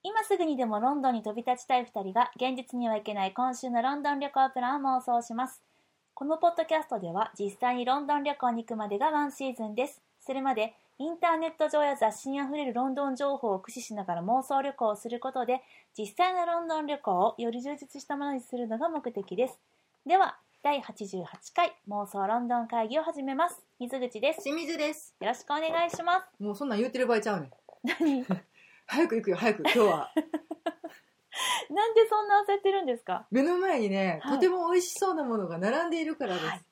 今すぐにでもロンドンに飛び立ちたい2人が現実には行けない今週のロンドン旅行プランを妄想します。このポッドキャストでは実際にロンドン旅行に行くまでがワンシーズンです。それまでインターネット上や雑誌にあふれるロンドン情報を駆使しながら妄想旅行をすることで実際のロンドン旅行をより充実したものにするのが目的です。では第88回妄想ロンドン会議を始めます。水口です。 清水です。 よろしくお願いします。 もうそんなん言ってる場合ちゃうねん。 何早く行くよ早く今日は。 なんでそんな焦ってるんですか？ 目の前にね、 はい、 とても美味しそうなものが並んでいるからです。 はい、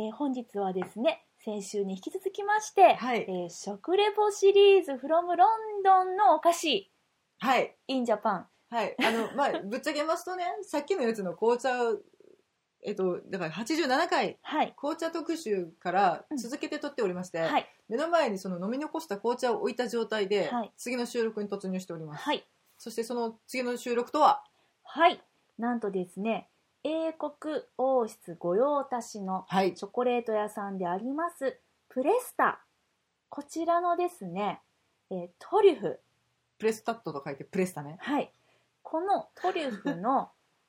本日はですね、先週に引き続きまして、 はい、 食レポシリーズ from ロンドンのお菓子、 はい、 in Japan。 はい、ぶっちゃけますとね、さっきのやつの紅茶、だから87回、 はい、 紅茶特集から続けて撮っておりまして、 はい、 目の前にその飲み残した紅茶を置いた状態で、 はい、 次の収録に突入しております。 はい、 そしてその次の収録とは、 はい、なんとですね、英国王室御用達のチョコレート屋さんであります、はい、プレスタ、こちらのですね、トリュフ、 プレスタットと書いてプレスタね。 はい、このトリュフの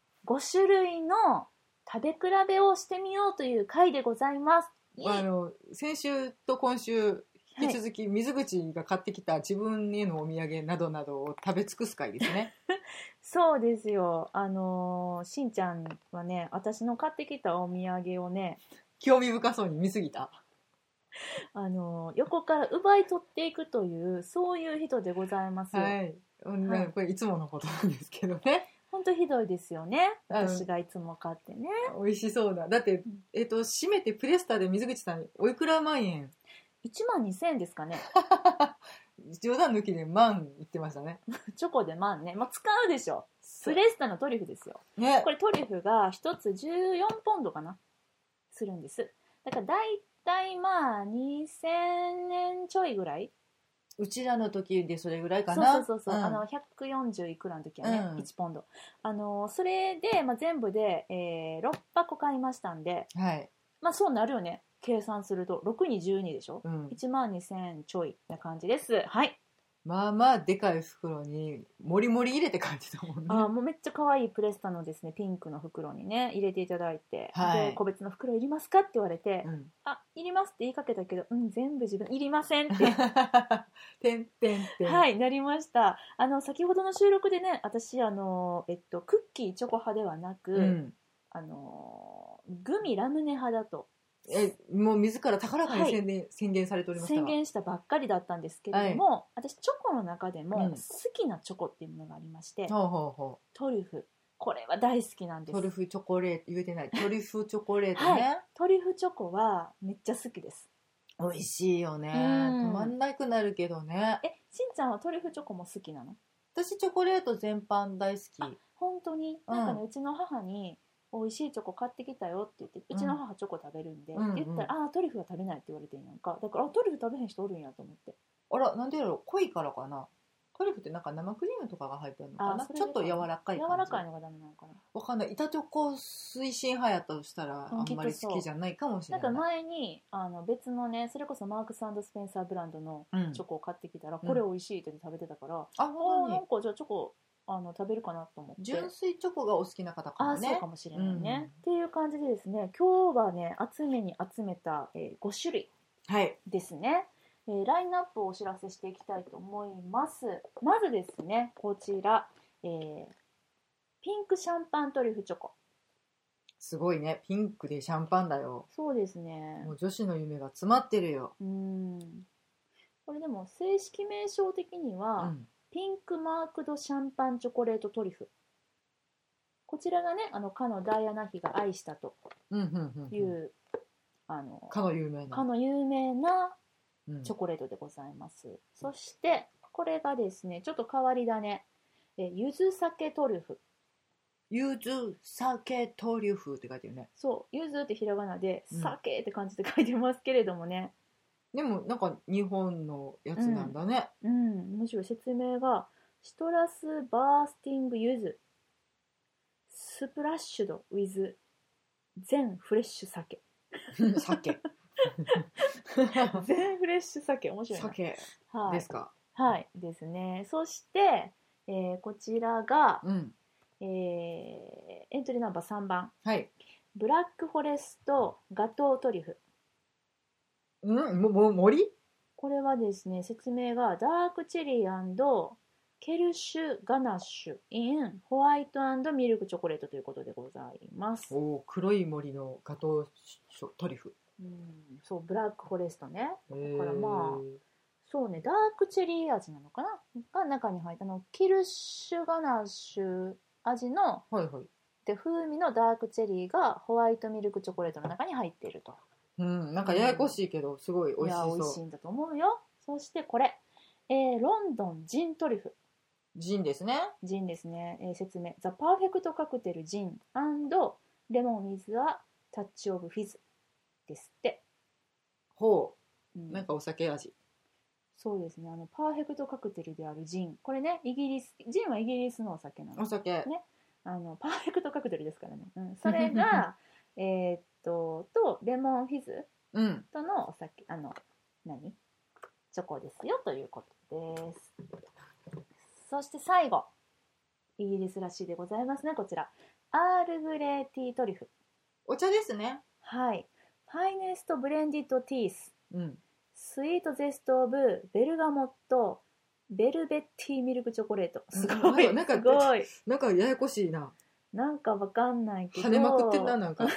5種類の食べ比べをしてみようという回でございます。 先週と今週引き続き水口が買ってきた自分へのお土産などなどを食べ尽くす回ですね。 そうですよ。しんちゃんはね、私の買ってきたお土産をね、 興味深そうに見すぎた。 横から奪い取っていくというそういう人でございます。 はい。はい、これいつものことなんですけどね。 本当ひどいですよね。私がいつも買ってね。 美味しそうだ。だって、締めてプレスタで水口さんおいくら万円 ？12,000円ですかね。 冗談抜きで万言ってましたね。 チョコで万ね。まあ、使うでしょ。プレスタのトリュフですよ。 ね。 これトリュフが1つ14ポンドかなするんです。だからだいたいまあ2000円ちょいぐらい。 うちらの時でそれぐらいかな。 そう、140いくらの時はね、1ポンド。それで、全部で、6箱買いましたんで、 はい。 まあそうなるよね。計算すると6に12でしょ、12,000ちょいな感じです。はい。 まあまあでかい袋にもりもり入れて感じたもんね。 もうめっちゃ可愛いプレスタのですね、ピンクの袋にね入れていただいて、 はい、 で個別の袋いりますかって言われて、いりますって言いかけたけど、全部自分いりませんっててんはいなりました。先ほどの収録でね、私クッキーチョコ派ではなく、グミラムネ派だともう自ら高らかに宣言されておりました。 宣言したばっかりだったんですけれども、私チョコの中でも好きなチョコっていうものがありまして、トリュフ、これは大好きなんです。 トリュフチョコレート、言えてない、トリュフチョコレートね、 はい、トリュフチョコはめっちゃ好きです。 美味しいよね。止まんなくなるけどね。 しんちゃんはトリュフチョコも好きなの？ 私チョコレート全般大好き。 本当になんかね、うちの母に美味しいチョコ買ってきたよって言って、うちの母チョコ食べるんで、って言ったら、トリュフは食べないって言われてんやんか。だからトリュフ食べへん人おるんやと思って。 あら、なんでやろう、濃いからかな。トリュフってなんか生クリームとかが入ってるのかな。ちょっと柔らかい感じ。 柔らかいのがダメなのかな。 わかんない。板チョコ推進派やったとしたら、あんまり好きじゃないかもしれない。 なんか前に別のね、それこそマークス&スペンサーブランドのチョコを買ってきたら、これ美味しいって食べてたから、なんかじゃあチョコ食べるかなと思って。 純粋チョコがお好きな方かもね。 そうかもしれないね、っていう感じでですね、今日はね集めに集めた、5種類ですね、ラインナップをお知らせしていきたいと思います。まずですね、こちら、ピンクシャンパントリュフチョコ。 すごいね、ピンクでシャンパンだよ。 そうですね、 もう女子の夢が詰まってるよ。 これでも正式名称的には、ピンクマークドシャンパンチョコレートトリュフ。こちらがね、かのダイアナ妃が愛したという、 かの有名なチョコレートでございます。そしてこれがですね、ちょっと変わり種、柚子酒トリュフ。 柚子酒トリュフって書いてるね。 そう、柚子ってひらがなで、酒って感じで書いてますけれどもね。 でもなんか日本のやつなんだね。 むしろ説明がシトラスバースティング柚子スプラッシュドウィズ全フレッシュ酒酒全フレッシュ酒、面白いな。 酒ですか。 はいですね。そして、 こちらが、 うん。 エントリーナンバー3番はい。 ブラックフォレストガトートリュフ。 森？ これはですね、説明がダークチェリー&ケルシュガナッシュ in ホワイト&ミルクチョコレートということでございます。 おー、黒い森のガトートリュフ。 そう、ブラックフォレストね。 だだからまあ、そうね、ダークチェリー味なのかなが中に入ったケルシュガナッシュ味のはいはい。 で風味のダークチェリーがホワイトミルクチョコレートの中に入っていると。 なんかややこしいけどすごい美味しそう。 いや美味しいんだと思うよ。そしてこれ、ロンドンジントリュフ。 ジンですね。 ジンですね、説明。ザ・パーフェクトカクテルジン&レモン・ウィズ・ア・タッチ・オブ・フィズですって。 ほう。なんかお酒味。 そうですね。パーフェクトカクテルであるジン。これね、ジンはイギリスのお酒なの。 お酒。 ね。パーフェクトカクテルですからね。それが、と、レモンフィズとのお酒、チョコですよということです。そして最後。イギリスらしいでございますね、こちら。アールグレーティートリュフ。 お茶ですね。 はい。ファイネストブレンディッドティース。 うんスイートゼストオブベルガモットベルベッティミルクチョコレート。すごい、 なんかすごい。 なんかややこしいな。 なんかわかんないけど。 跳ねまくってんな、なんか。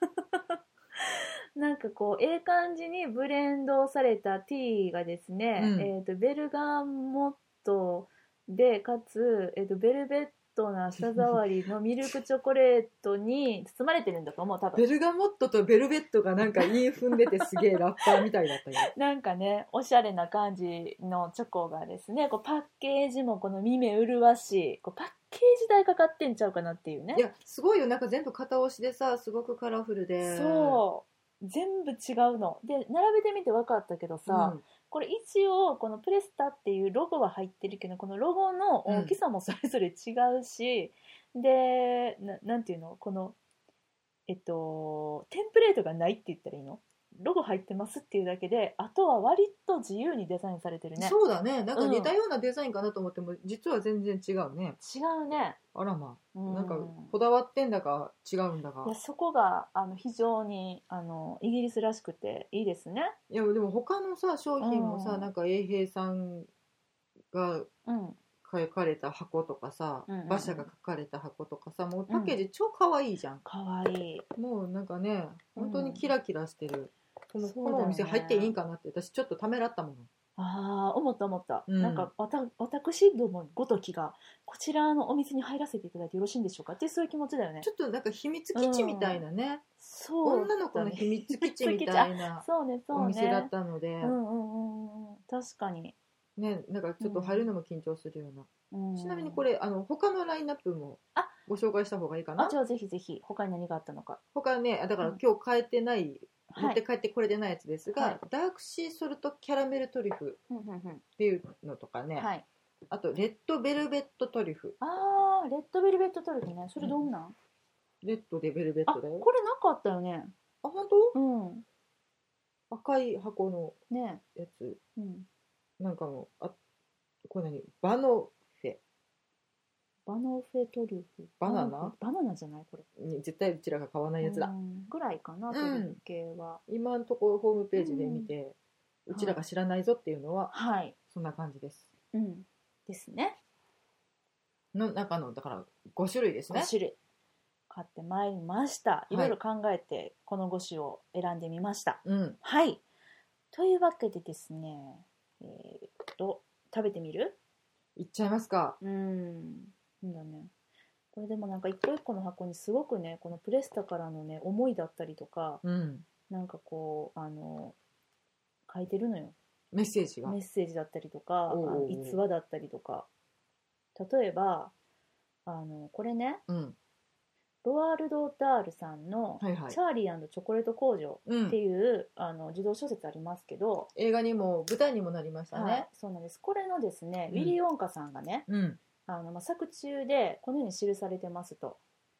なんかこう、感じにブレンドされたティーがですね、ベルガモットで、かつ、ベルベットな舌触りのミルクチョコレートに包まれてるんだと思う、多分。 ベルガモットとベルベットがなんか韻踏んでてすげえラッパーみたいだったよ。 なんかね、おしゃれな感じのチョコがですね、こうパッケージもこの耳麗しい、こうパッケージ代かかってんちゃうかなっていうね。 いや、すごいよ。なんか全部片押しでさ、すごくカラフルで。 そう。全部違うの。で、並べてみて分かったけどさ、これ一応このプレスタっていうロゴは入ってるけど、このロゴの大きさもそれぞれ違うし、で、なんていうの、このテンプレートがないって言ったらいいの？ロゴ入ってますっていうだけで、あとは割と自由にデザインされてるね。 そうだね。なんか似たようなデザインかなと思っても、実は全然違うね。 違うね。 あらまあ、なんかこだわってんだか違うんだか。 いや、そこが非常にイギリスらしくていいですね。 いやでも他のさ商品もさ、なんか衛兵さんが書かれた箱とかさ、馬車が書かれた箱とかさ、もうパッケージ超可愛いじゃん。 可愛い。 もうなんかね、本当にキラキラしてる。このお店入っていいんかなって私ちょっとためらったもの。 ああ、思った、なんか私どもごときがこちらのお店に入らせていただいてよろしいんでしょうかっていう、そういう気持ちだよね。 ちょっとなんか秘密基地みたいなね、 そう、 女の子の秘密基地みたいなお店だったので、 確かにね、なんかちょっと入るのも緊張するような。ちなみにこれ他のラインナップもご紹介した方がいいかな。 じゃあぜひぜひ、他に何があったのか。 他ね、だから今日変えてない、持って帰ってこれてないやつですが、ダークシーソルトキャラメルトリュフっていうのとかね、あとレッドベルベットトリュフ。 レッドベルベットトリュフね。それどんなん？ レッドでベルベットだよ。 これなかったよね。 本当？赤い箱のやつ、なんかもう、これ何？バノフェトリュフ。バナナじゃないこれ。絶対うちらが買わないやつだ。 ぐらいかな、トリュフ系は。 今のところホームページで見て、うちらが知らないぞっていうのは、そんな感じです。 ですね。 の中の、だから5種類ですね。 5種類。買ってまいりました。いろいろ考えて、この5種を選んでみました。はい。というわけでですね、食べてみる？ いっちゃいますか。 だね。これでもなんか一個一個の箱にすごくね、このプレスタからのね思いだったりとか、なんかこう書いてるのよ。 メッセージだったりとか、逸話だったりとか。例えばこれね、ロワールド・ダールさんのチャーリー&チョコレート工場っていう、児童小説ありますけど、 映画にも舞台にもなりましたね。 そうなんです。これのですね、ウィリー・ウォンカさんがね、作中でこのように記されてますと、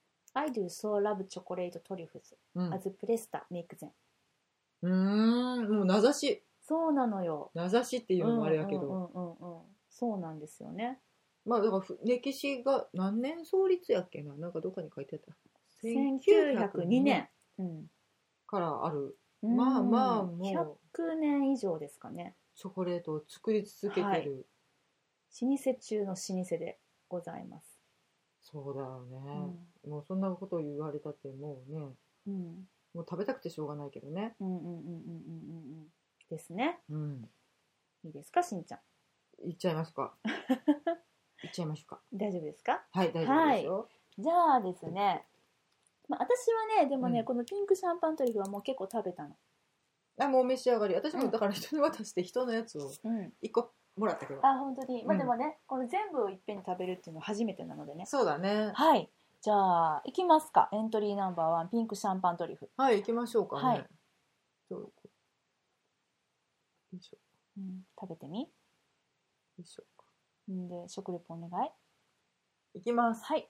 I do so love chocolate trifles as Presta makes them。 もう名指し。 そうなのよ。 名指しっていうのもあれやけど、 そうなんですよね。 まあだから歴史が何年創立やっけな、なんかどっかに書いてあった。 1902年からある。まあまあもう 100年以上ですかね。 チョコレートを作り続けてる、はい、 老舗中の老舗でございます。 そうだよね、もうそんなことを言われたってもうね、もう食べたくてしょうがないけどね。 ですね。いいですか、しんちゃん。 いっちゃいますか。いっちゃいましょうか。 大丈夫ですか。 はい、大丈夫ですよ。はい、 じゃあですね、私はねでもね、このピンクシャンパントリュフはもう結構食べたの。 もう召し上がり。私もだから人に渡して人のやつを1個もらったけど、 本当に、でもね、この全部をいっぺんに食べるっていうのは初めてなのでね。 そうだね。 はい、じゃあ行きますか。エントリーナンバー1、ピンクシャンパントリュフ。 はい、行きましょうかね。はい、よいしょ、 食べてみ。よいしょ。 で食レポお願い。 いきます。 はい。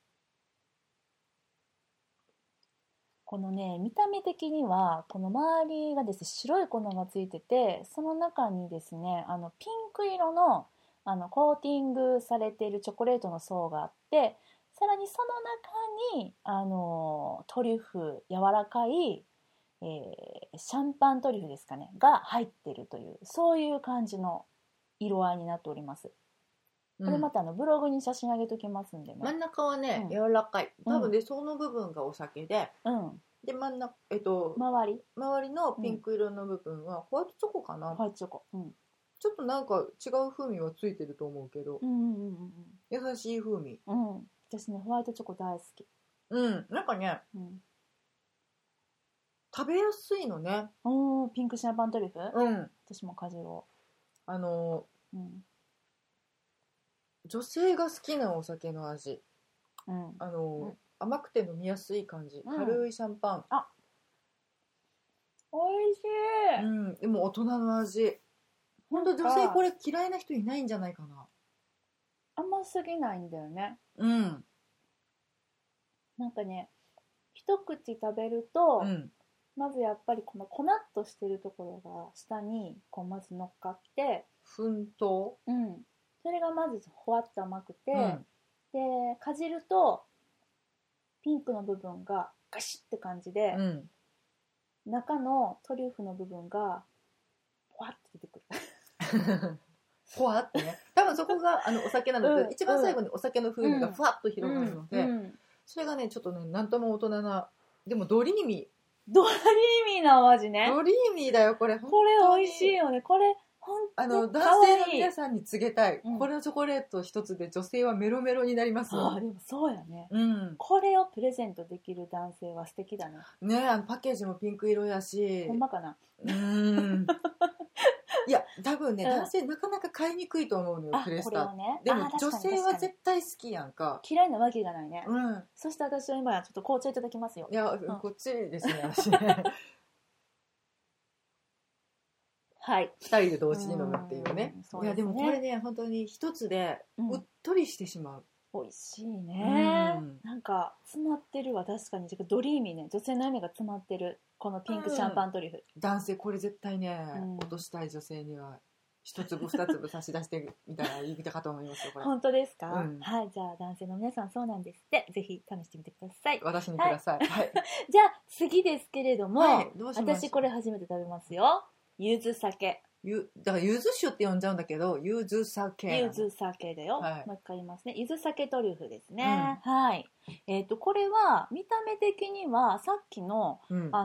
このね、見た目的にはこの周りがですね、白い粉がついてて、その中にですね、ピンク色のコーティングされているチョコレートの層があって、さらにその中にトリュフ、柔らかい、シャンパントリュフですかねが入ってるという、そういう感じの色合いになっております。これまたブログに写真あげときますんでね。 真ん中はね、柔らかい。多分で、その部分がお酒で、で真ん中周りのピンク色の部分はホワイトチョコかな。 ホワイトチョコ。 ちょっとなんか違う風味はついてると思うけど、優しい風味。 私ね、ホワイトチョコ大好き。 なんかね、食べやすいのね。 ピンクシャンパントリュフ。私もかじろう。 女性が好きなお酒の味、甘くて飲みやすい感じ、軽いシャンパン。 おいしい。でも大人の味。本当女性これ嫌いな人いないんじゃないかな。 甘すぎないんだよね。なんかね、一口食べると、まずやっぱりこの粉っとしてるところが下にこうまず乗っかって、 粉糖。 それがまずほわっと甘くて、でかじるとピンクの部分がガシッって感じで、中のトリュフの部分がポワッと出てくる。 ポワッってね。多分そこがお酒なので、一番最後にお酒の風味がふわっと広がるので、それがねちょっとねなんとも大人な、でもドリーミーなお味ね。 ドリーミーだよこれ。 これ美味しいよね。これ男性の皆さんに告げたい、これのチョコレート一つで女性はメロメロになりますよ。 でもそうやね、これをプレゼントできる男性は素敵だね。 パッケージもピンク色やし。 ほんまかな。 いや多分ね、男性なかなか買いにくいと思うのよ、クレスタ。でも女性は絶対好きやんか。 嫌いなわけがないね。そして私は今ちょっと紅茶いただきますよ。 いや、こっちですね私ね。 はい、 2人で同時に飲むっていうね。いやでもこれね本当に一つでうっとりしてしまう。 美味しいね。なんか詰まってるわ。確かにドリーミーね。女性の意味が詰まってるこのピンクシャンパントリュフ。 男性これ絶対ね、落としたい女性には一粒二粒差し出してみたらいいかと思いますよこれ。 本当ですか。はい、じゃあ男性の皆さんそうなんですって。ぜひ試してみてください。 私にください。はい。 じゃあ次ですけれども、私これ初めて食べますよ。柚子酒。 だから柚子酒って呼んじゃうんだけど、柚子酒。 柚子酒だよ。もう一回言いますね。柚子酒トリュフですね。はい。これは見た目的にはさっきの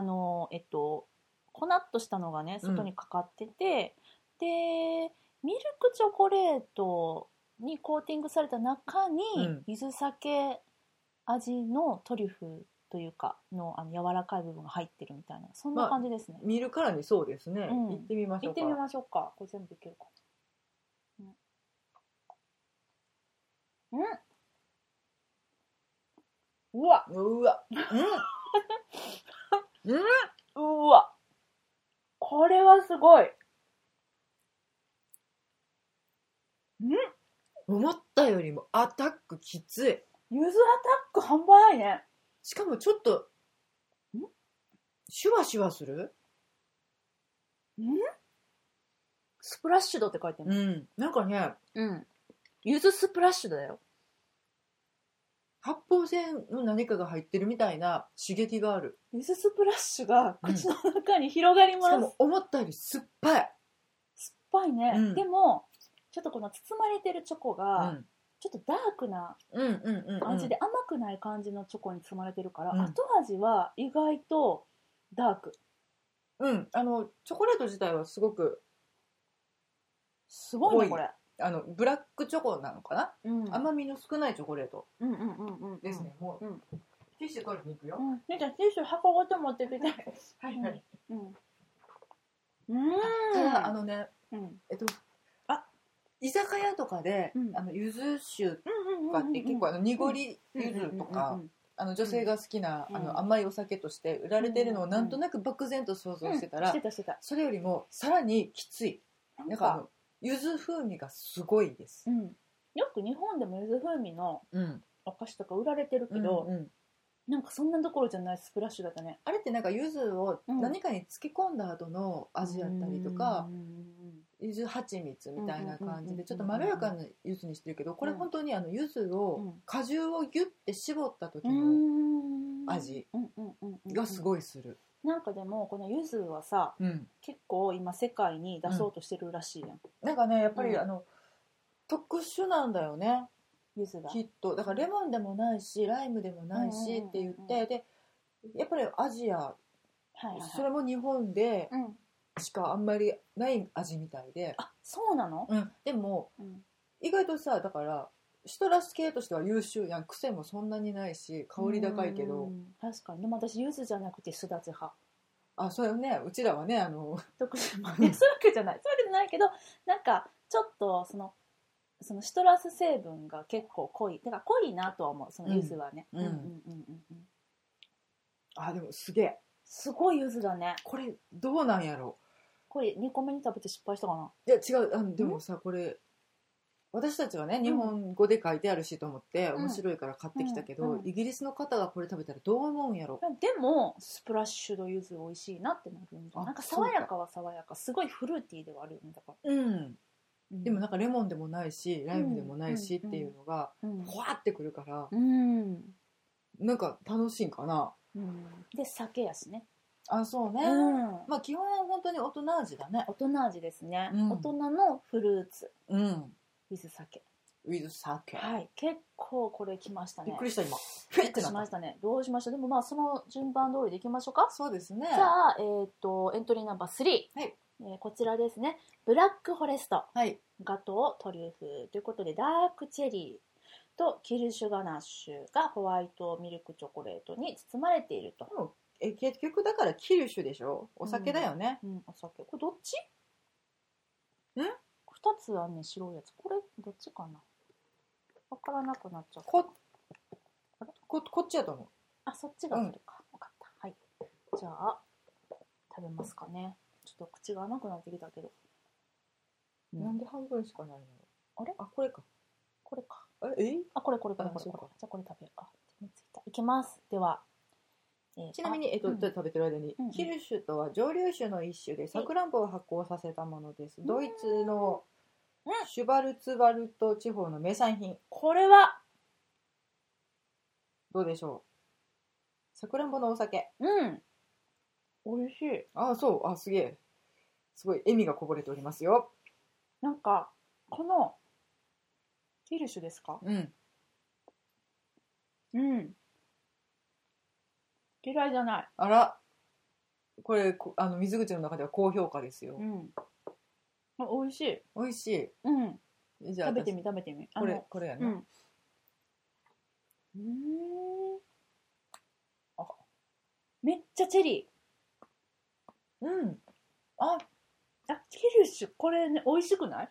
粉っとしたのがね外にかかってて、でミルクチョコレートにコーティングされた中に柚子酒味のトリュフというかの柔らかい部分が入ってるみたいな、そんな感じですね。 見るからにそうですね。行ってみましょうか。 行ってみましょうか。これ全部いけるかな。うわうわ、これはすごい。 思ったよりもアタックきつい。 柚子アタック半端ないね。 しかもちょっとシュワシュワする。 スプラッシュドって書いてる。 なんかね、 柚子スプラッシュだよ。 発泡性の何かが入ってるみたいな刺激がある。 柚子スプラッシュが口の中に広がります。 しかも思ったより酸っぱい。 酸っぱいね、 うんでもちょっとこの包まれてるチョコうがんちょっとダークな味で甘くない感じのチョコに包まれてるから、後味は意外とダーク。 チョコレート自体はすごくすごいねこれ。 ブラックチョコなのかな、甘みの少ないチョコレートですね。もう、ティッシュ取りに行くよ。 じゃあティッシュ箱ごと持ってきて。 はいはい。 ただ居酒屋とかで柚子酒とかって結構濁り柚子とか女性が好きな甘いお酒として売られてるのをなんとなく漠然と想像してたら、それよりもさらにきつい。なんか柚子風味がすごいです。 よく日本でも柚子風味のお菓子とか売られてるけど、なんかそんなところじゃないスプラッシュだったね。 あれってなんか柚子を何かに漬け込んだ後の味やったりとか、柚子蜂蜜みたいな感じでちょっとまろやかな柚子にしてるけど、これ本当に柚子を果汁をギュッて絞った時の味がすごいする。 なんかでもこの柚子はさ、結構今世界に出そうとしてるらしいやん。 なんかねやっぱり特殊なんだよね、柚子がきっと。だからレモンでもないしライムでもないしって言って、でやっぱりアジア、それも日本でしかあんまりない味みたいで。 あ、そうなの？ でも、意外とさ、だからシトラス系としては優秀やん。癖もそんなにないし香り高いけど。 確かに。でも私柚子じゃなくてすだち派。 あ、そうよね。うちらはね特殊そういうわけじゃない。そういうわけじゃないけど、なんかちょっとそのシトラス成分が結構濃い。だから濃いなとは思う。その柚子はね。 あ、でもすげえ。 すごい柚子だね。 これどうなんやろ。 これ2個目に食べて失敗したかな。 いや違う。でもさ、これ私たちはね日本語で書いてあるしと思って面白いから買ってきたけど、イギリスの方がこれ食べたらどう思うんやろ。 でもスプラッシュド柚子美味しいなってなるんだ。なんか爽やかは爽やか、すごいフルーティーではあるよね。だからでもなんかレモンでもないしライムでもないしっていうのがふわってくるから、なんか楽しいんかな。 で酒やしね。 あ、そうね。まあ基本は本当に大人味だね。 大人味ですね。大人のフルーツ。ウィズ酒。 ウィズ酒。 はい。結構これきましたね。 びっくりした今。 びっくりしましたね。どうしましょう。でもまあその順番通りでいきましょうか。 そうですね。 じゃあエントリーナンバー3。はい。こちらですね。ブラックフォレスト。はい。ガトートリュフということでダークチェリーとキルシュガナッシュがホワイトミルクチョコレートに包まれていると。 結局だからキルシュでしょ。お酒だよね。 お酒。これどっち？2つあんねん、白いやつ。これどっちかな。わからなくなっちゃった。 こっちやと思う。 あ、そっちがそれか。分かった。はい。じゃあ食べますかね。ちょっと口が甘くなってきたけど。 なんで半分しかないの？ あれ？ あ、これか。 これか。 あ、 これ。じゃあこれ食べる。いきます。では。 ちなみに、食べてる間に、キルシュとは蒸留酒の一種でさくらんぼを発酵させたものです。ドイツのシュバルツワルト地方の名産品。 これはどうでしょう。さくらんぼのお酒。 美味しい。 あ、そう。あ、すげえ。すごい笑みがこぼれておりますよ。 なんかこのキルシュですか？嫌いじゃない。 あら、これ水口の中では高評価ですよ。 美味しい。 美味しい。 じゃあ食べてみ。 これやね。 めっちゃチェリー。キルシュこれね美味しくない？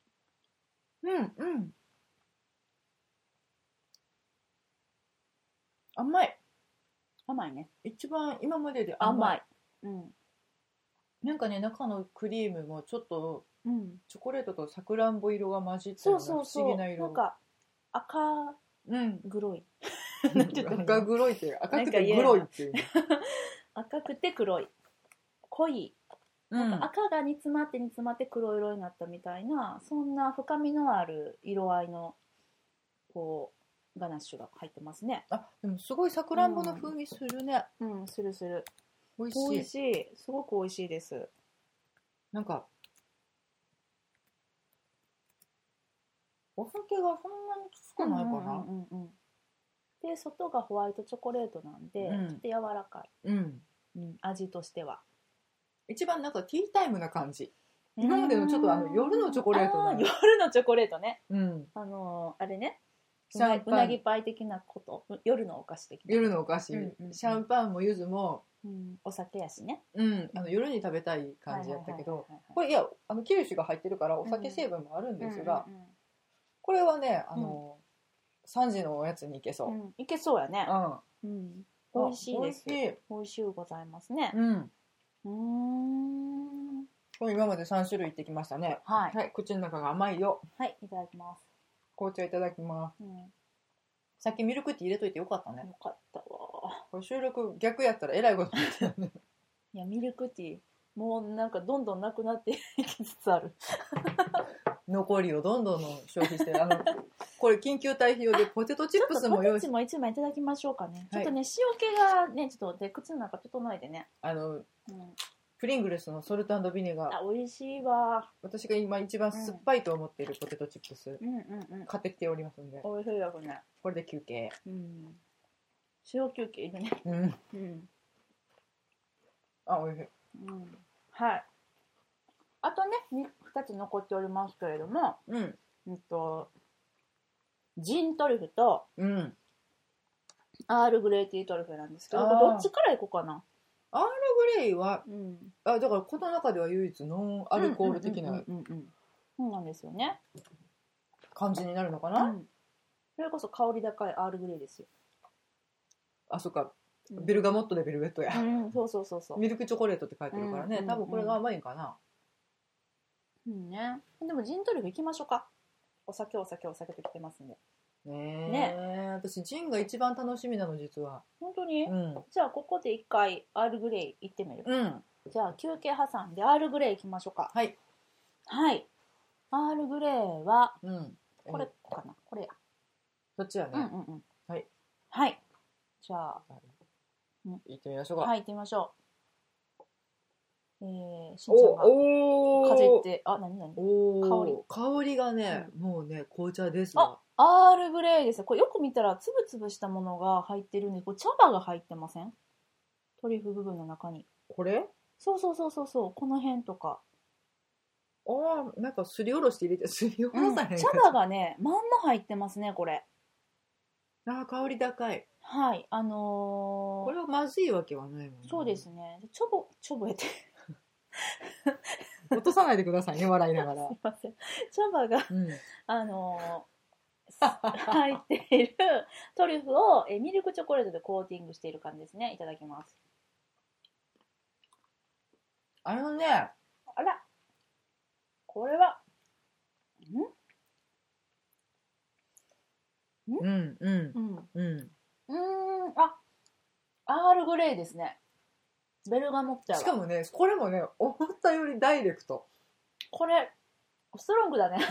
甘いね。 一番今までで甘い。 なんかね、中のクリームもちょっとチョコレートとさくらんぼ色が混じってる不思議な色。 なんか赤黒い。 赤黒いって赤くて黒いっていう。 赤くて黒い。濃い。 なんか赤が煮詰まって黒色になったみたいな、そんな深みのある色合いのこうガナッシュが入ってますね。 でもすごいさくらんぼの風味するね。 するする。 美味しい。 すごく美味しいです。 なんかお酒がそんなにきつくないかな。 で外がホワイトチョコレートなんで、ちょっと柔らかい、味としては一番なんかティータイムな感じ。今までのちょっと夜のチョコレートな。 夜のチョコレートね。あれね、うなぎパイ的なこと、夜のお菓子的な。 夜のお菓子、シャンパンも柚子も、 お酒やしね。 夜に食べたい感じやったけど、これいやキルシュが入ってるからお酒成分もあるんですが、これはね3時のおやつにいけそう。 いけそうやね。美味しいです。美味しゅうございますね。 これ今まで3種類いってきましたね。はい、口の中が甘いよ。 はい、いただきます。 紅茶いただきます。さっきミルクティー入れといてよかったね。 よかったわ。 これ収録逆やったらえらいことになってるね。 いやミルクティーもうなんかどんどんなくなっていきつつある。 残りをどんどん消費してこれ緊急対比用でポテトチップスも用意して、 ポテチも1枚いただきましょうかね。ちょっとね、塩気がねちょっとで口の中整えてね。 プリングルスのソルト&ビネガー。 美味しいわ。 私が今一番酸っぱいと思っているポテトチップス、買ってきておりますので。 美味しいですね。 これで休憩。 塩休憩いるね。美味しい。はい。あとね2つ残っておりますけれども、ジントリュフとアールグレイティートリュフなんですけど、どっちからいこうかな。 アールグレイは、だからこの中では唯一ノンアルコール的なそうなんですよね。 感じになるのかな。 それこそ香り高いアールグレイですよ。 そっか、ベルガモットでベルベットや。 そうミルクチョコレートって書いてるからね、多分これが甘いんかな。 ね。でもジントリュフ行きましょうか。お酒と来てますんで。 私ジンが一番楽しみなの実は。 本当に？じゃあここで一回アールグレイ行ってみる。じゃあ休憩挟んでアールグレイ行きましょうか。はい。アールグレイはこれかな。これや。 そっちやね。 はい。じゃあ行ってみましょうか。 はい、行ってみましょう。しんちゃんが風って何香りがね、もうね紅茶ですわ。 アールグレイです。これよく見たらつぶつぶしたものが入ってるんで、これ茶葉が入ってません？トリュフ部分の中に。 これ？ そうこの辺とか。 なんかすりおろして入れてすりおろさへん、 茶葉がねまんま入ってますねこれ。 香り高い。 はい、 これはまずいわけはないもんね。 そうですね。ちょぼやって落とさないでくださいね、笑いながら。 すいません。茶葉が、入っているトリュフをミルクチョコレートでコーティングしている感じですね。いただきます。 あら、これはアールグレイですね。ベルガモットやわ。 しかもね、これもね、思ったよりダイレクト。 これストロングだね。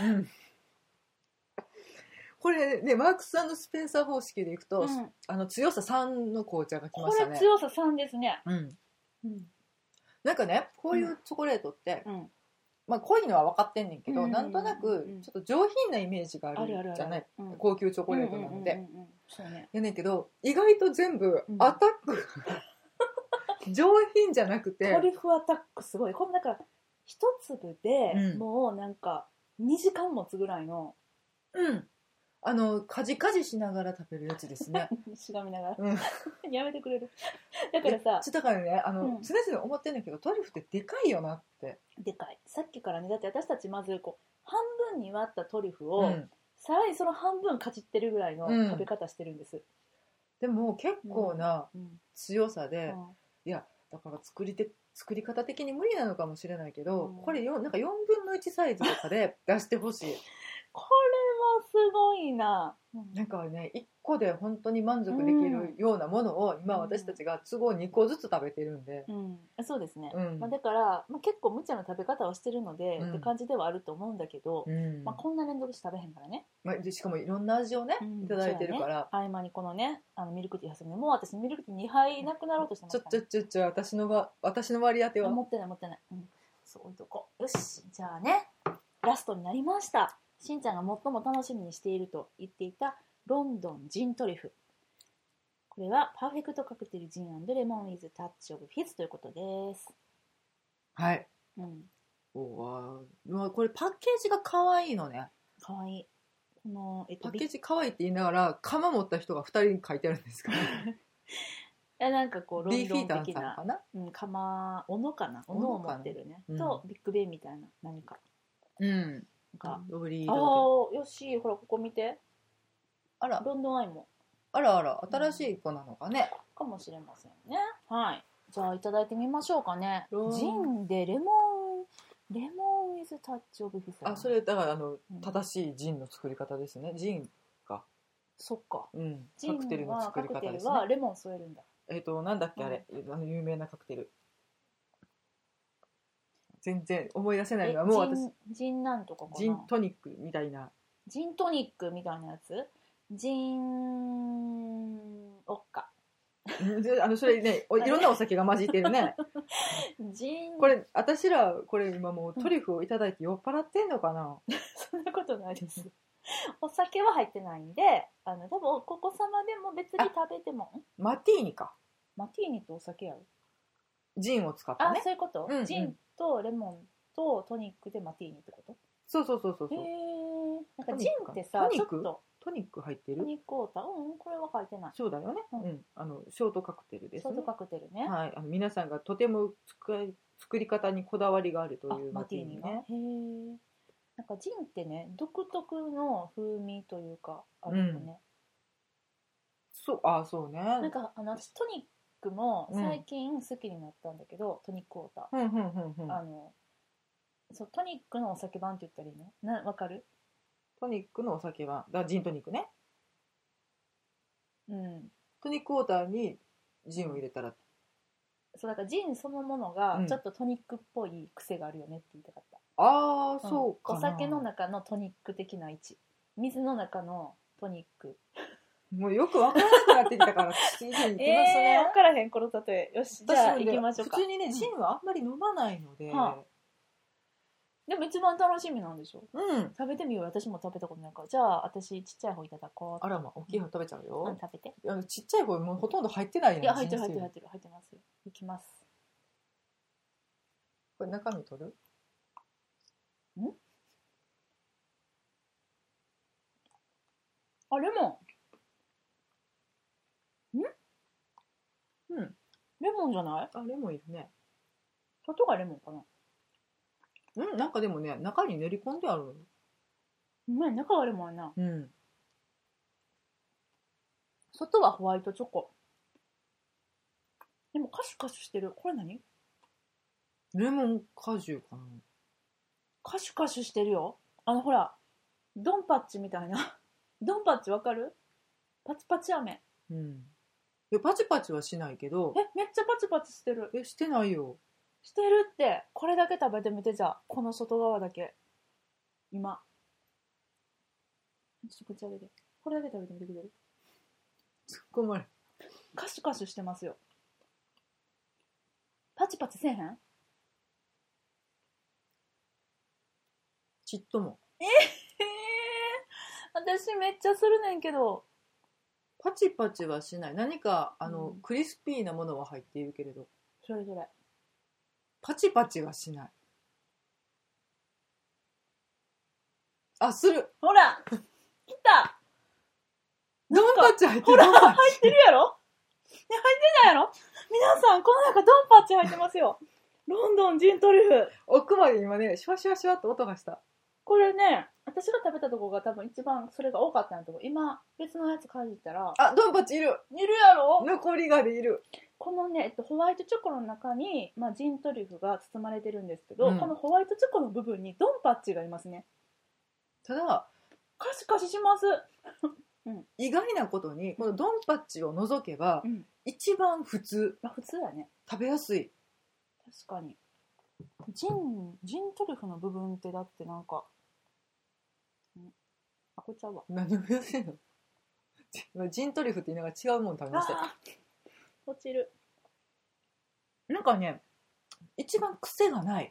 これね、マークス&スペンサー方式でいくと、強さ3の紅茶が来ましたね。 これ強さ3ですね。 なんかね、こういうチョコレートって、濃いのは分かってんねんけど、なんとなくちょっと上品なイメージがあるじゃない。高級チョコレートなので。やねんけど、意外と全部アタック上品じゃなくて、 トリュフアタックすごい。これだから一粒でもうなんか2時間持つぐらいの、 カジカジしながら食べるやつですね。 しがみながら、やめてくれる。だからさ、 だからね、常々思ってんだけど、トリュフってでかいよなって。 でかい。さっきからね、だって私たちまずこう半分に割ったトリュフを、さらにその半分かじってるぐらいの食べ方してるんです。 でも結構な強さで、いやだから作り方的に無理なのかもしれないけど、これなんか4分の1サイズとかで出してほしい。 これはごいな。 なんかね、1個で本当に満足できるようなものを今私たちが都合2個ずつ食べてるんで、 そうですね、 うんだから、結構無茶な食べ方をしてるので、 うんって感じではあると思うんだけど、こんな連続して食べへんからね、 でしかもいろんな味をね、いただいてるから、 合間にこのねミルクティー挟んで、もう私ミルクティー2杯なくなろうとしてますから、ね、 私の割り当ては持ってない、そう置いとこう。よし、じゃあね、ラストになりました。しんちゃんが最も楽しみにしていると言っていたロンドンジントリュフ、これはパーフェクトカクテルジン&レモン with touch of fizz ということです。 はい、これパッケージが可愛いのね。 可愛い。この、 パッケージ可愛いって言いながら釜持った人が2人書いてあるんですかね。 なんかこうロンドン的な、 釜、 斧かな、斧を持ってるね、とビッグベンみたいな何か、なんかよし、ほらここ見て、あら、ロンドンアイもあら新しい子なのかね、 かもしれませんね。はい、じゃあいただいてみましょうかね。ジンでレモン with touch of fizz。 それだから正しいジンの作り方ですね。ジンか。 そっか。 カクテルの作り方ですね。 カクテルはレモン添えるんだ。 なんだっけあれ、有名なカクテル。全然思い出せないのはもう私。 ジンなんとかかな。 ジントニックみたいな。 ジントニックみたいなやつ。ジンオッカ。 それね、いろんなお酒が混じってるね。これ私らこれ今もうトリュフをいただいて酔っ払ってんのかな。 そんなことないです。お酒は入ってないんで、多分お子様でも別に食べても。 マティーニか。マティーニとお酒やる。 ジンを使ったね。 そういうこと、ジンとレモンとトニックでマティーニってこと。 そう。 なんかジンってさ、ちょっとトニック入ってる？ トニックウォーター、これは入ってない。 そうだよね。ショートカクテルですね。 ショートカクテルね。 はい、皆さんがとても作り方にこだわりがあるというマティーニね。 なんかジンってね、独特の風味というかあるよね。 そうね。 なんか私トニックも最近好きになったんだけど、トニックウォーター。そう、トニックのお酒版って言ったらいいの？わかる？ トニックのお酒版、だからジントニックね。トニックウォーターにジンを入れたら、 そうだからジンそのものがちょっとトニックっぽい癖があるよねって言いたかった。 そうかな。 お酒の中のトニック的な位置、水の中のトニック。 もうよく分からなくなってきたから次に行きますね。 分からへんこの例え。よし、じゃあ行きましょうか。 普通にね、ジンはあんまり飲まないので、 でも一番楽しみなんでしょ。食べてみよう。私も食べたことないから。じゃあ私ちっちゃい方いただこう。 あらま、大きい方食べちゃうよ。 食べて。 ちっちゃい方もうほとんど入ってないよね。 いや、入ってますよ。いきます。 これ中身取る？ レモン。レモンじゃない？ レモンいるね。 砂糖がレモンかな。 なんかでもね、中に練り込んであるの。中がレモンやな。外はホワイトチョコ。でもカシュカシュしてる。これ何？ レモン果汁かな。 カシュカシュしてるよ。ほら、ドンパッチみたいな。ドンパッチわかる？パチパチ飴。 いや、パチパチはしないけど。 めっちゃパチパチしてる。 してないよ。 してるって。これだけ食べてみて。じゃあこの外側だけ。今ちょっと口上げて。これだけ食べてみてくれる？ 突っ込まれ。 カシュカシュしてますよ。パチパチせえへん？ ちっとも。 私めっちゃするねんけど。 パチパチはしない。何かクリスピーなものは入っているけれど。 それ。 パチパチはしない。する。 ほら来た。 ドンパッチ入ってる。 ほら入ってるやろ。入ってないやろ。皆さんこの中ドンパッチ入ってますよ。ロンドンジントリュフ。 奥まで今ね、シュワシュワシュワって音がした。 これね、私が食べたとこが多分一番それが多かったんだと思う。今別のやつ感じたら、 ドンパッチいるやろ。 残りがでいる。 このね、ホワイトチョコの中に、ジントリュフが包まれてるんですけど、このホワイトチョコの部分にドンパッチがいますね。 ただカシカシします。 意外なことにこのドンパッチを除けば、一番普通。 普通だね。 食べやすい。 確かに。ジントリュフの部分ってだってなんか、こっちゃうわ。 何を言ってんの？ジントリュフって言いながら違うもの食べましたよ。 落ちる。 なんかね、一番癖がない。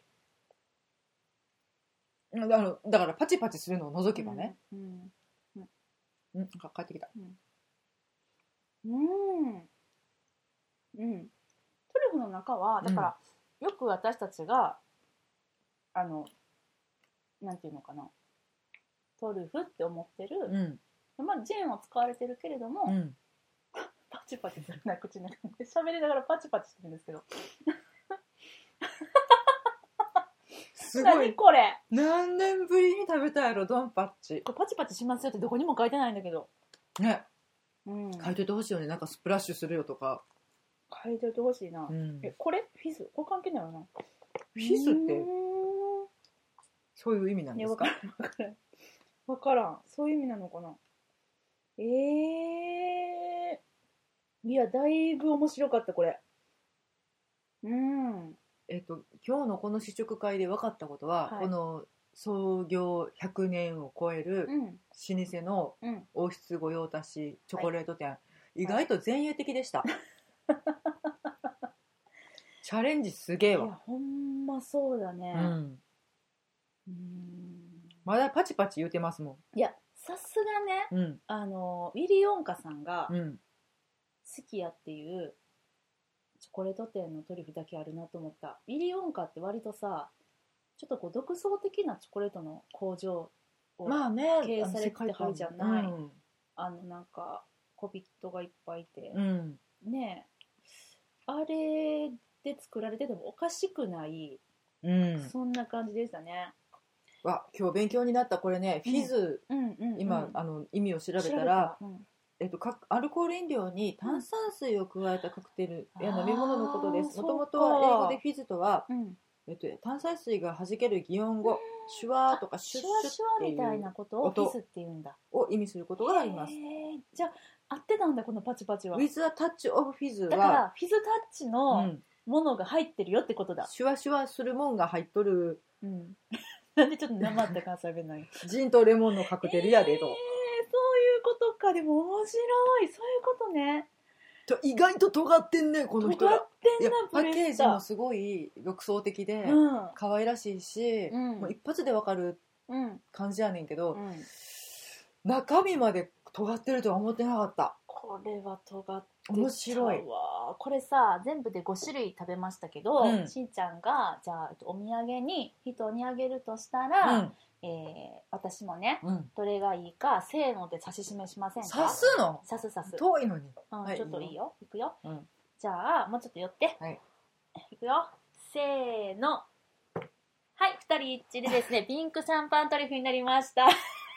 だからパチパチするのを除けばね。なんか帰ってきた。 トリュフの中はだから、よく私たちがなんていうのかな、トリュフって思ってる、ジンを使われてるけれども、パチパチするな口の中で喋りながらパチパチしてるんですけどすごい。何これ、 何年ぶりに食べたやろドンパッチ。 これパチパチしますよってどこにも書いてないんだけどね、書いといてほしいよね。なんかスプラッシュするよとか書いといてほしいな。これフィズ、これ関係ないよな。 フィズってそういう意味なんですか？ 分からん。そういう意味なのかな。いや、だいぶ面白かったこれ。 今日のこの試食会で分かったことは、この創業100年を超える老舗の王室御用達チョコレート店、意外と前衛的でした、チャレンジすげえわ。 いやほんまそうだね。 まだパチパチ言うてますもん。いやさすがね、ウィリー・オンカさんが好きやっていうチョコレート店のトリュフだけあるなと思った。ウィリー・オンカって割とさ、ちょっとこう独創的なチョコレートの工場を経営されてはるじゃない。なんか小人がいっぱいいて、ねえ、あれで作られててもおかしくない、そんな感じでしたね。 わ、今日勉強になった。これね、フィズ、今意味を調べたら、アルコール飲料に炭酸水を加えたカクテルや飲み物のことです。もともとは英語でフィズとは、炭酸水が弾ける擬音語、シュワーとかシュッシュッっていうみたいなことをフィズって言うんだ。 を意味することがあります。 じゃあ合ってたんだこのパチパチは。 With a touch of fizz はだからフィズタッチのものが入ってるよってことだ。 シュワシュワするもんが入っとる、 なんでちょっとなまった関西弁ないジンとレモンのカクテルやでと、 そういうことか。でも面白い、そういうことね。 意外と尖ってんねこの人ら。 尖ってんな。 パッケージもすごい独創的で、可愛らしいし、もう一発でわかる感じやねんけど、中身まで尖ってるとは思ってなかった。 これは尖ってたわ。 面白い。 これさ、全部で5種類食べましたけど、しんちゃんがじゃあお土産に人にあげるとしたら、私もね、どれがいいかせーので指し示しませんか？ 刺すの？ 刺す遠いのに、 ちょっといいよ、いくよ、じゃあもうちょっと寄って、いくよ、せーの。はい、2人一致でですねピンクシャンパントリュフになりました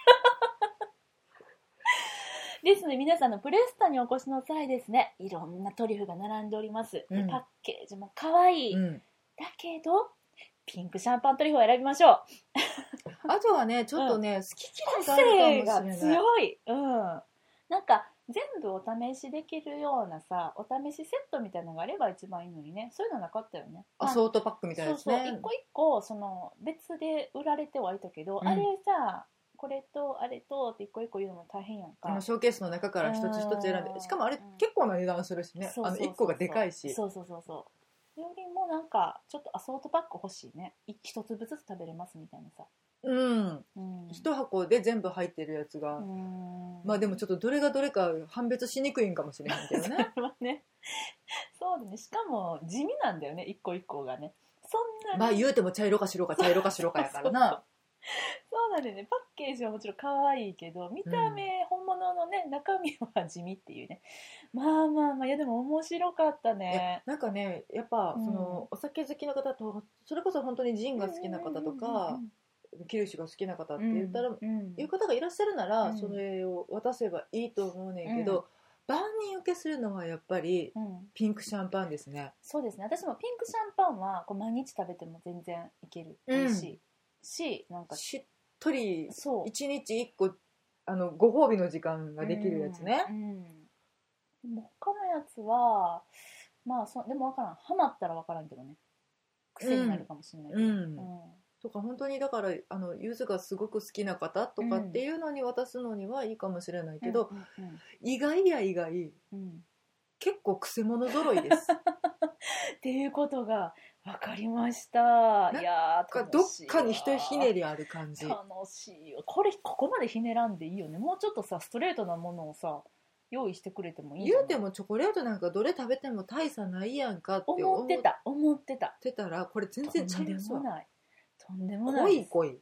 ですね、皆さんのプレスタにお越しの際ですね、いろんなトリュフが並んでおります、パッケージも可愛い、だけどピンクシャンパントリュフを選びましょうあとはね、ちょっとね、好き嫌いがあるかもしれない。 強い。なんか全部お試しできるようなさ、お試しセットみたいなのがあれば一番いいのにね。そういうのなかったよね。 アソートパックみたいなやつね。 そう一個一個その別で売られてはいたけど、あれさ、これとあれとって一個一個言うのも大変やんか。 ショーケースの中から一つ一つ選んで、しかもあれ結構な値段するしね。一個がでかいし。 そうよりもなんかちょっとアソートパック欲しいね。一粒ずつ食べれますみたいなさ。 一箱で全部入ってるやつが、まあでもちょっとどれがどれか判別しにくいんかもしれないけどね。 そうだね。しかも地味なんだよね、一個一個がね。そんなにまあ言うても茶色か白か茶色か白かやからな。 そうなんだよね。パッケージはもちろん可愛いけど、見た目、本物のね中身は地味っていうね。まあいやでも面白かったね。 なんかね、やっぱそのお酒好きな方と、それこそ本当にジンが好きな方とか、キルシュが好きな方って言ったら、いう方がいらっしゃるなら、それを渡せばいいと思うねんけど、万人受けするのはやっぱりピンクシャンパンですね。 そうですね。私もピンクシャンパンはこう毎日食べても全然いける、美味しいし、なんかしっとり1日1個ご褒美の時間ができるやつね、 でも他のやつはまあでも分からん、ハマったら分からんけどね、癖になるかもしれないけど、 とか本当にだから柚子がすごく好きな方とかっていうのに渡すのにはいいかもしれないけど、意外や意外、結構くせ者揃いですっていうことが分かりました。いやー、どっかにひねりある感じ。 楽しいよ。ここまでひねらんでいいよね。もうちょっとさストレートなものをさ用意してくれてもいいんじゃない？ 言うてもチョコレートなんかどれ食べても大差ないやんかって思ってたら、これ全然ちゃいますわ。 とんでもない濃い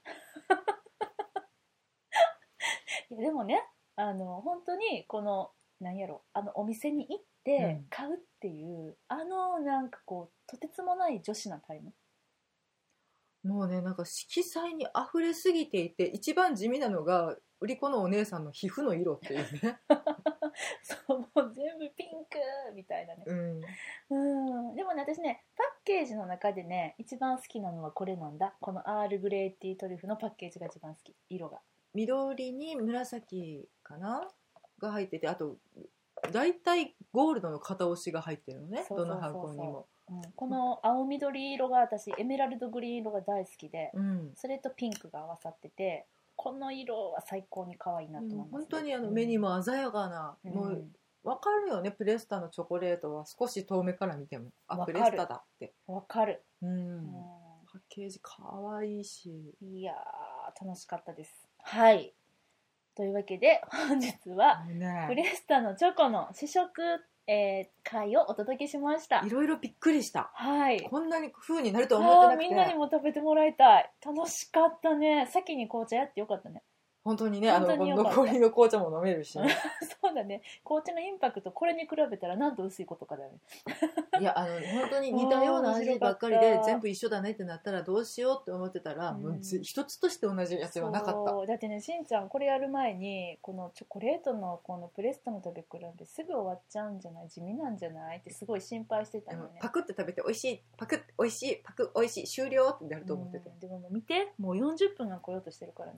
いやでもね、本当にこの何やろ、お店に行って買うっていう、なんかこうとてつもない女子なタイム、 もうね、なんか色彩に溢れすぎていて、一番地味なのが売り子のお姉さんの皮膚の色っていうねそう、もう全部ピンクみたいなね、でもね、私ねパッケージの中でね一番好きなのはこれなんだ。このアールグレイティートリュフのパッケージが一番好き。色が緑に紫かなが入ってて、あとだいたいゴールドの片押しが入ってるのね、どの箱にも。 この青緑色が私エメラルドグリーン色が大好きで、それとピンクが合わさってて、この色は最高に可愛いなと思います、 本当に目にも鮮やかな、もう分かるよね。プレスタのチョコレートは少し遠目から見てもプレスタだって分かる。 パッケージ可愛いし、 いや楽しかったです。はい、というわけで本日はプレスタのチョコの試食会をお届けしました。 いろいろびっくりした。 はい、 こんなに風になると思ってなくて、 みんなにも食べてもらいたい。楽しかったね。先に紅茶やってよかったね。 本当にね、残りの紅茶も飲めるし、ね、 そうだね。紅茶のインパクトこれに比べたらなんと薄いことかだよね。 いや本当に似たような味ばっかりで全部一緒だねってなったらどうしようって思ってたら、もう一つとして同じやつはなかった。 だってね、しんちゃんこれやる前にこのチョコレートのこのプレストの食べ比べすぐ終わっちゃうんじゃない、地味なんじゃないってすごい心配してたのね。 パクって食べて美味しい、パクって美味しい、パク美味しい、終了ってなると思ってて、 でも見て、もう40分が来ようとしてるからね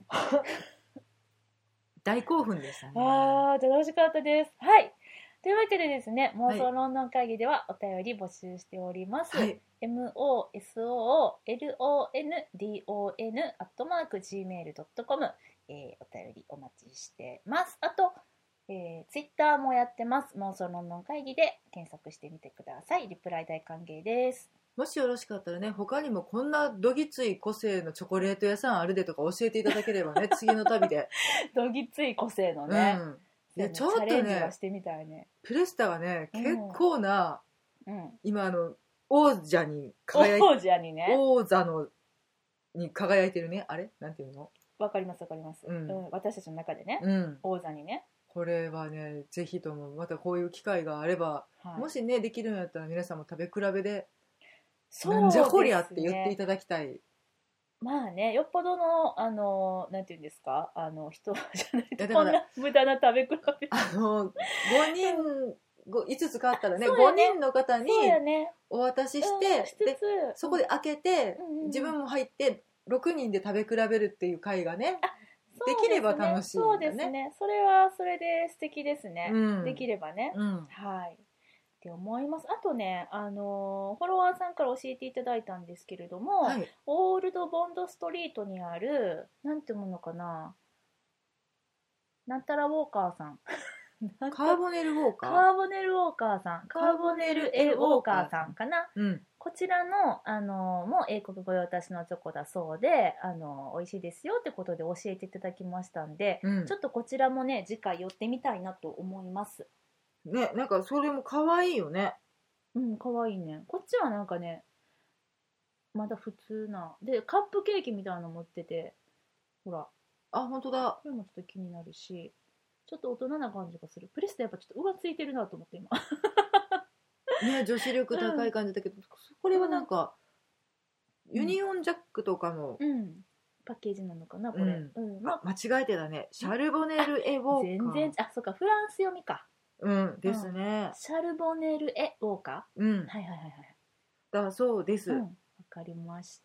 大興奮でしたね。 楽しかったです。はい、というわけでですね、妄想ロンドン会議ではお便り募集しております、mosolondon@gmail.com、お便りお待ちしてます。あと、ツイッターもやってます。妄想ロンドン会議で検索してみてください。リプライ大歓迎です。 もしよろしかったらね、他にもこんなどぎつい個性のチョコレート屋さんあるでとか教えていただければね次の旅でどぎつい個性のね、 いやちょっとねしてみたいね。 プレスタはね、結構な、今王者に輝いて、王座のに輝いてるね。あれなんていうの？ わかります、私たちの中でね、王座にね。 これはね、ぜひともまたこういう機会があれば、もしねできるんやったら皆さんも食べ比べで、なんじゃこりゃって言っていただきたい。 まあね、よっぽどのなんていうんですか、人じゃないとこんな無駄な食べ比べ 5つ買ったらね、5人の方にお渡しして、でそこで開けて、自分も入って6人で食べ比べるっていう会がね、できれば楽しいんだね。 そうですね、それはそれで素敵ですね、できればね、はいって思います。あとね、フォロワーさんから教えていただいたんですけれども、オールドボンドストリートにあるなんていうものかな、なんたらウォーカーさんカーボネルウォーカーさん、カーボネルエウォーカーさんかな、こちらの、もう英国御用達のチョコだそうで、美味しいですよってことで教えていただきましたんで、ちょっとこちらもね次回寄ってみたいなと思いますね。なんかそれも可愛いよね。 可愛いね。こっちはなんかねまだ普通なで、カップケーキみたいなの持ってて、ほら、 本当だ。 これもちょっと気になるし、ちょっと大人な感じがする。プレステやっぱちょっと浮ついてるなと思って今ね、女子力高い感じだけど、これはなんか、ユニオンジャックとかの、 パッケージなのかなこれ、 間違えてだね。シャルボネルエウォーカー。 全然、そうか、フランス読みか。 ですね。 シャルボネルエウォーカー。はい。 だそうです。 わかりました。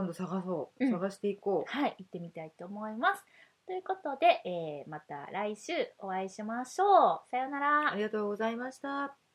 よし、じゃあこれは今度探していこう。 はい、行ってみたいと思います。 ということで、また来週お会いしましょう。さようなら。 ありがとうございました。